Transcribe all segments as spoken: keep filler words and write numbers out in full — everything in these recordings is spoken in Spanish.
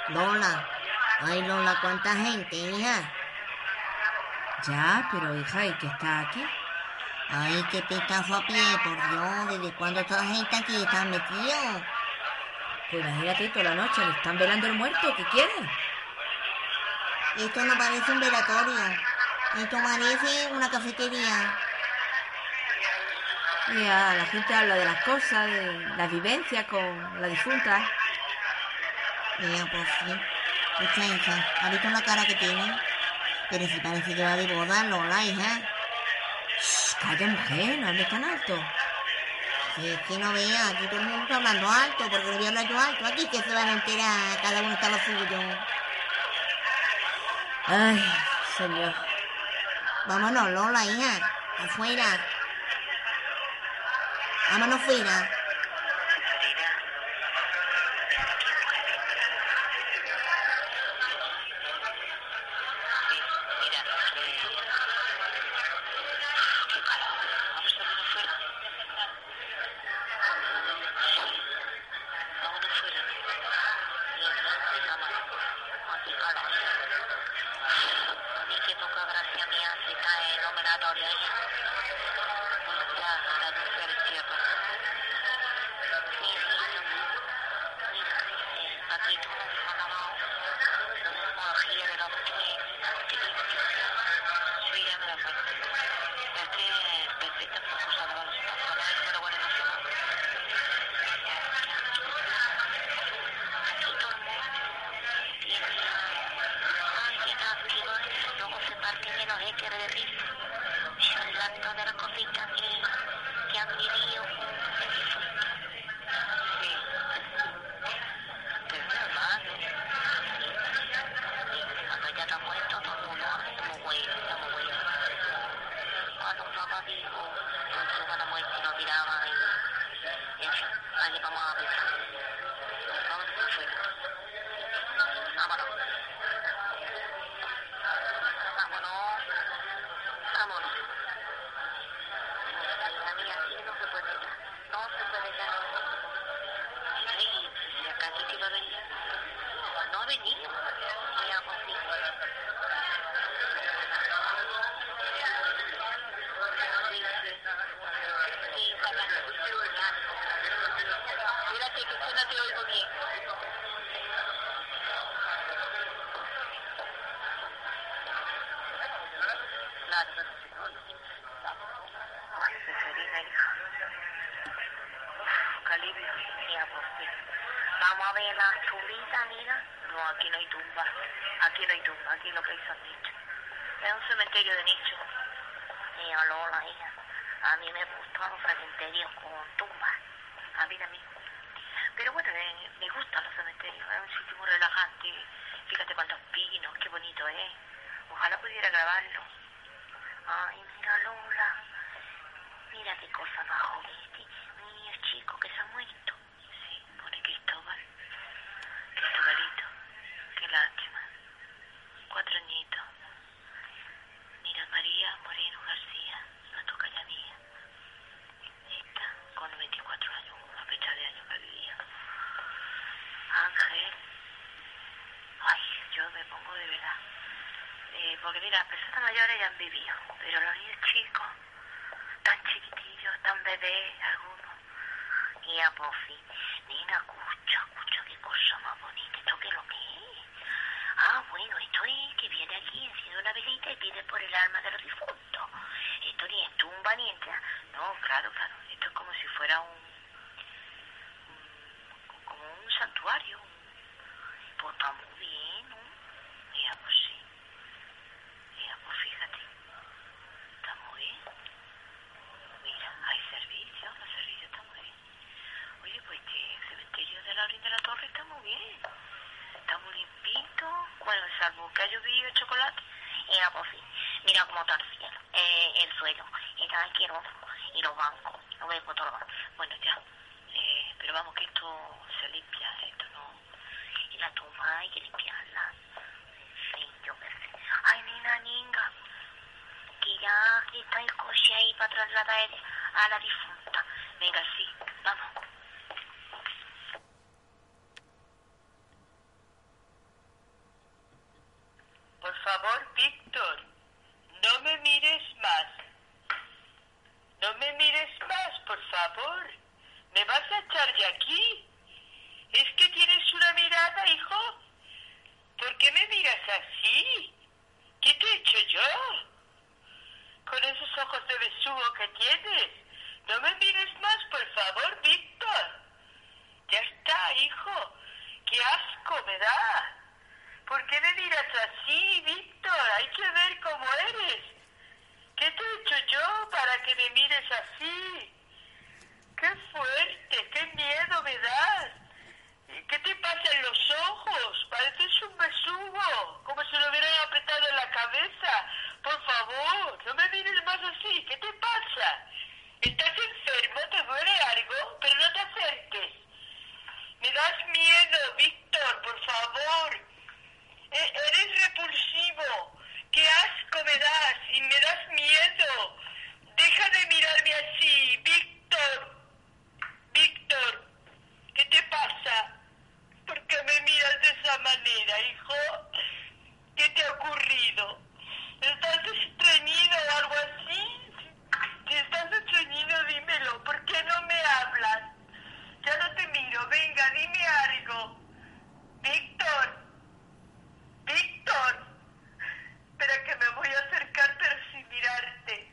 Lola. Ay, Lola, ¿cuánta gente, hija? Ya, pero hija, ¿y qué está aquí? Ay, qué pestazo a pie, por Dios. ¿Desde cuándo toda la gente aquí está metido? Pues imagínate, toda la noche le están velando el muerto. ¿Qué quieren? Esto no parece un velatorio. Esto parece una cafetería. Ya, la gente habla de las cosas, de las vivencias con la difunta. Mira, pues sí. Escucha, hija, ¿has visto la cara que tiene? Pero si parece que va de boda, Lola, hija. Shh, calla, mujer, no hables tan alto. Si es que no vea, aquí todo el mundo está hablando alto, porque no voy a hablar yo alto. Aquí que se van a enterar, cada uno está a lo suyo. Ay, señor. Vámonos, Lola, hija. Afuera. Vámonos fuera. Vamos a ver la tumbita, mira. No, aquí no hay tumba. Aquí no hay tumba, aquí lo que hizo nicho. Es un cementerio de nicho. Mira, Lola, hija. A mí me gustan los cementerios con tumbas. A mí también. Pero bueno, eh, me gustan los cementerios. Es un sitio muy relajante. Fíjate cuántos pinos, qué bonito es. Ojalá pudiera grabarlo. Ay, mira, Lola. Mira qué cosa más joven. Este niño chico que se ha muerto. Sí, pone Cristóbal. Cristobalito. Qué lástima. Cuatro añitos. Mira, María Moreno García. La toca ya mía. Esta, con veinticuatro años, a pesar de años que vivía. Ángel. Ay, yo me pongo de verdad. Eh, porque mira, las personas mayores ya han vivido. Pero los niños chicos, tan chiquitillos, tan bebés, algunos. Y a Pofi, nena, escucha, escucha, qué cosa más bonita. ¿Esto qué es lo que es? Ah, bueno, esto es que viene aquí, enciende una velita y pide por el alma de los difuntos. Esto ni es tumba ni entra. No, claro, claro. Esto es como si fuera un, un como un santuario. Pues está muy bien, ¿no? Ya, pues sí. Ya, pues fíjate. Está muy bien. Mira, hay servicio, los servicios están muy bien. Oye, pues que el cementerio de la Orilla de la Torre está muy bien. Está muy limpito. Bueno, salvo que ha llovido chocolate. Y ya, pues sí. Mira cómo está el cielo. Eh, el suelo. Está asqueroso. Y los bancos. Lo ves por todos los bancos. Bueno, ya. Eh, pero vamos, que esto se limpia. Esto no. Y la tumba hay que limpiarla. En fin, yo qué sé. Ay, nena, ninga. Que ya está el coche ahí para trasladar a la difunta. Venga, sí, vamos. Por favor, Víctor, no me mires más. No me mires más, por favor. ¿Me vas a echar de aquí? ¿Es que tienes una mirada, hijo? ¿Por qué me miras así? ¿Qué te he hecho yo? Con esos ojos de besugo que tienes. No me mires más, por favor, Víctor. Ya está, hijo. ¡Qué asco me da! ¿Por qué me miras así, Víctor? Hay que ver cómo eres. ¿Qué te he hecho yo para que me mires así? ¡Qué fuerte! ¡Qué miedo me das! ¿Qué te pasa en los ojos? Pareces un besugo, como si lo hubieran apretado en la cabeza. Por favor, no me mires más así. ¿Qué te pasa? ¿Estás enfermo? ¿Te duele algo? Pero no te acerques. Me das miedo, Víctor, por favor. E- eres repulsivo. ¡Qué asco me das! Y me das miedo. Deja de mirarme así, Víctor. Víctor, ¿qué te pasa? ¿Por qué me miras de esa manera, hijo? ¿Qué te ha ocurrido? ¿Estás estreñido o algo así? Si estás estreñido, dímelo. ¿Por qué no me hablas? Ya no te miro. Venga, dime algo. Víctor. Víctor. Espera que me voy a acercar pero sin mirarte.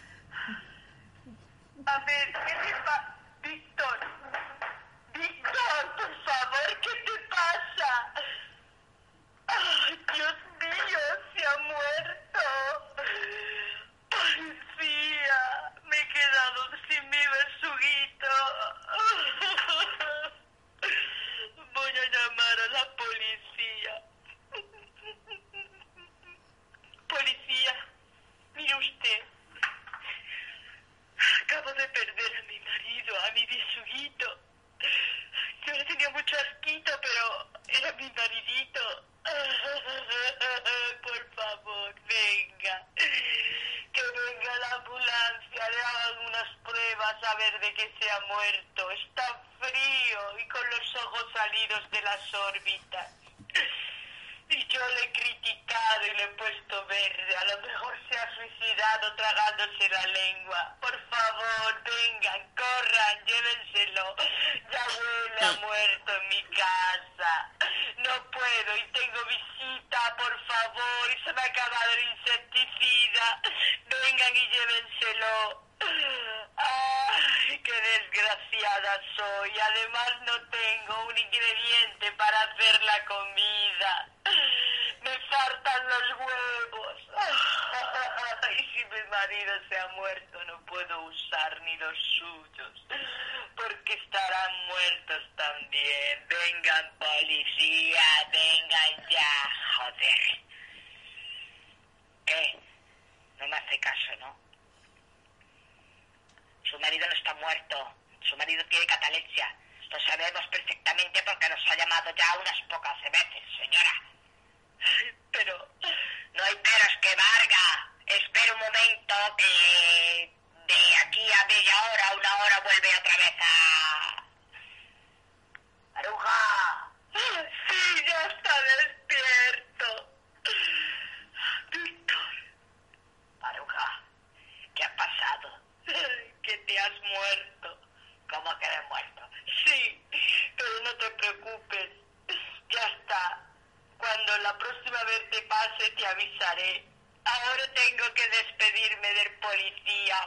A ver, ¿qué te pasa? Víctor. Víctor, por favor, ¿qué te pasa? ¡Ay, Dios mío! ¡Se ha muerto! ¡Policía! Me he quedado sin mi besuguito. Voy a llamar a la policía. Policía, mire usted. Acabo de perder a mi marido, a mi besuguito. Yo le tenía mucho asquito, pero era mi maridito. Por favor, venga. Que venga la ambulancia, le hagan unas pruebas a ver de qué se ha muerto. Está frío y con los ojos salidos de las órbitas. Y yo le he criticado y le he puesto verde. A lo mejor se ha suicidado tragándose la lengua. Por favor, vengan, corran, llévenselo. Ya huele a muerto en mi casa. No puedo y tengo visita, por favor. Y se me ha acabado el insecticida. Vengan y llévenselo. ¡Ay, qué desgraciada soy! Además no tengo un ingrediente para hacer la comida. Me faltan los huevos. Y si mi marido se ha muerto no puedo usar ni los suyos, porque estarán muertos también. Vengan, policía, vengan ya. Joder. ¿Qué? No me hace caso, ¿no? Su marido no está muerto. Su marido tiene catalepsia. Lo sabemos perfectamente porque nos ha llamado ya unas pocas veces, señora. Pero... No hay peros, que Varga. Espera un momento que de aquí a media hora, una hora, vuelve otra vez a... ¡Aruja! Sí, ya está despierto. Víctor. Aruja, ¿qué ha pasado? Que te has muerto. ¿Cómo que he muerto? Sí, pero no te preocupes. Ya está. Cuando la próxima vez te pase te avisaré. Ahora tengo que despedirme del policía.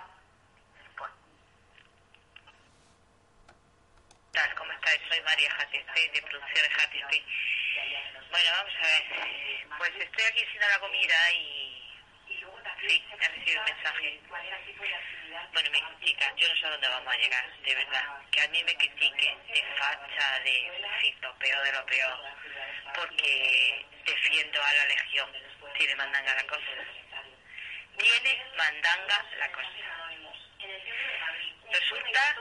¿Cómo estáis? Soy María Jatispein, de Producciones Jatispein. Bueno, vamos a ver. Pues estoy aquí haciendo la comida y... Sí, he recibido un mensaje. Bueno, me critican. Yo no sé a dónde vamos a llegar, de verdad. Que a mí me critiquen de facha, de... En fin, lo peor de lo peor. Porque defiendo a la Legión. Tiene mandanga la cosa. Tiene mandanga la cosa. Resulta...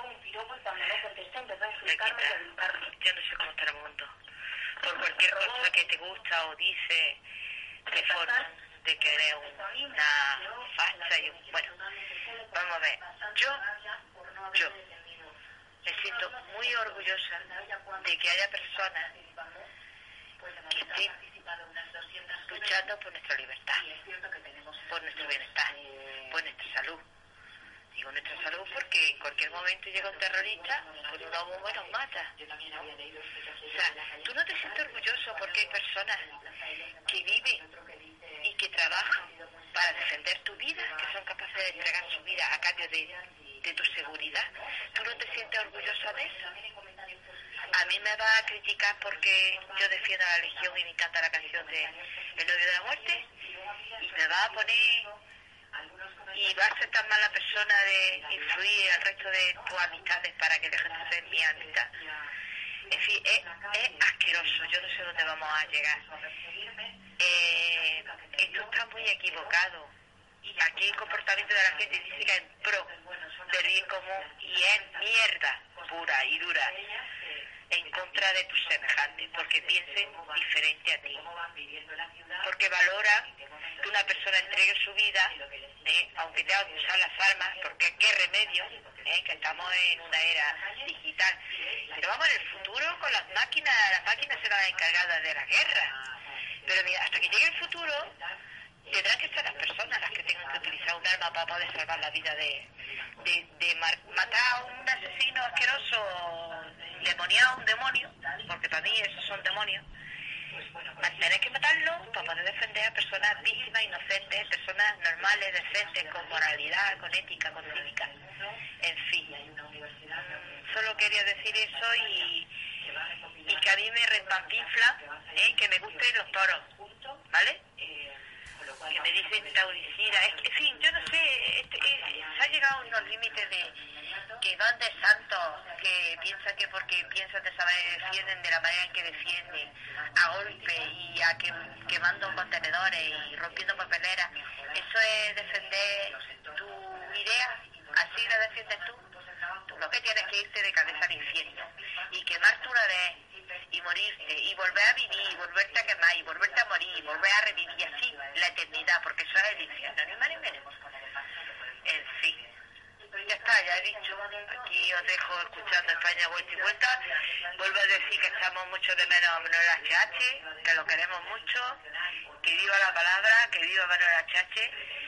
Me quita. Yo no sé cómo está el mundo. Por cualquier cosa que te gusta o dice, de forma de que eres una facha y un... Bueno, vamos a ver. Yo, yo, me siento muy orgullosa de que haya personas que estén luchando luchando por nuestra libertad, por nuestro bienestar, por nuestra salud. Digo nuestra salud porque en cualquier momento llega un terrorista, con una bomba nos mata, ¿no? O sea, tú no te sientes orgulloso porque hay personas que viven y que trabajan para defender tu vida, que son capaces de entregar su vida a cambio de, de tu seguridad. ¿Tú no te sientes orgullosa de eso? A mí me va a criticar porque yo defiendo a la Legión y me encanta la canción de El odio de la muerte, y me va a poner y va a ser tan mala persona de influir al resto de tus amistades para que dejen de ser mi amistad. En fin, es, es asqueroso, yo no sé dónde vamos a llegar. Eh, esto está muy equivocado. Aquí el comportamiento de la gente dice que es en pro del bien común y es mierda pura y dura en contra de tus semejantes, porque piensen diferente a ti, porque valora que una persona entregue su vida, ¿eh? aunque tenga que usar las armas, porque qué remedio, ¿eh? que estamos en una era digital. Pero vamos, en el futuro con las máquinas, las máquinas serán encargadas de la guerra. Pero mira, hasta que llegue el futuro, tendrán que ser las personas las que tengan que utilizar un arma para poder salvar la vida de, de, de mar, matar a un asesino asqueroso, demoniado, un demonio, porque para mí esos son demonios. Tener que matarlo para poder defender a personas víctimas, inocentes, personas normales, decentes, con moralidad, con ética, con cívica. En fin, solo quería decir eso y, y que a mí me repampinfla, ¿eh? que me gusten los toros, ¿vale? Que me dicen tauricida, es que, en fin, yo no sé, este, eh, se ha llegado a unos límites de que van de santos, que piensan que porque piensan de esa manera defienden de la manera en que defienden, a golpe y a que, quemando contenedores y rompiendo papeleras. Eso es defender tu idea, así la defiendes tú. Tú lo que tienes que irte de cabeza al infierno y quemarte una vez y morirte y volver a vivir y volverte a quemar y volverte a morir y volver a revivir y así la eternidad, porque eso es el infierno, ni más ni menos. En fin, ya está, ya he dicho. Aquí os dejo escuchando España vuelta y vuelta. Vuelvo a decir que estamos mucho de menos a Manuel H H, que lo queremos mucho, que viva la palabra, que viva Manuel H H.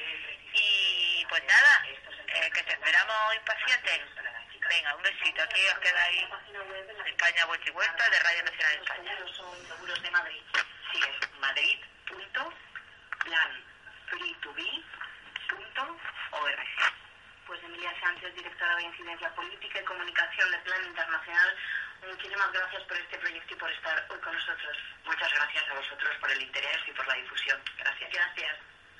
Y pues nada, eh, que te esperamos impacientes. Venga, un besito. Aquí os quedáis España vuelta y vuelta de Radio Nacional de España. Son seguros de Madrid. Sí, es madrid punto plan free to be punto org. Pues Emilia Sánchez, directora de Incidencia Política y Comunicación de Plan Internacional, muchísimas gracias por este proyecto y por estar hoy con nosotros. Muchas gracias a vosotros por el interés y por la difusión. Gracias. Gracias.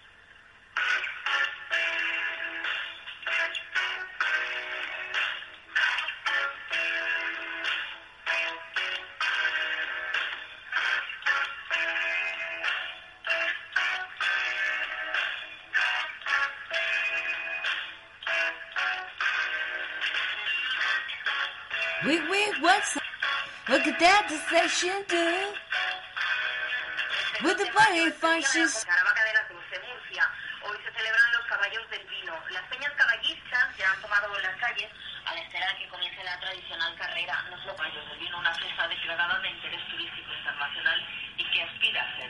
We, we, what's look at that the session do with the body functions. Caravaca de la Cruz de Murcia. Hoy se celebran los caballos del vino. Las peñas caballistas ya han tomado las calles a la espera de que comience la tradicional carrera. Los caballos del vino, una fiesta declarada de interés turístico internacional y que aspira a ser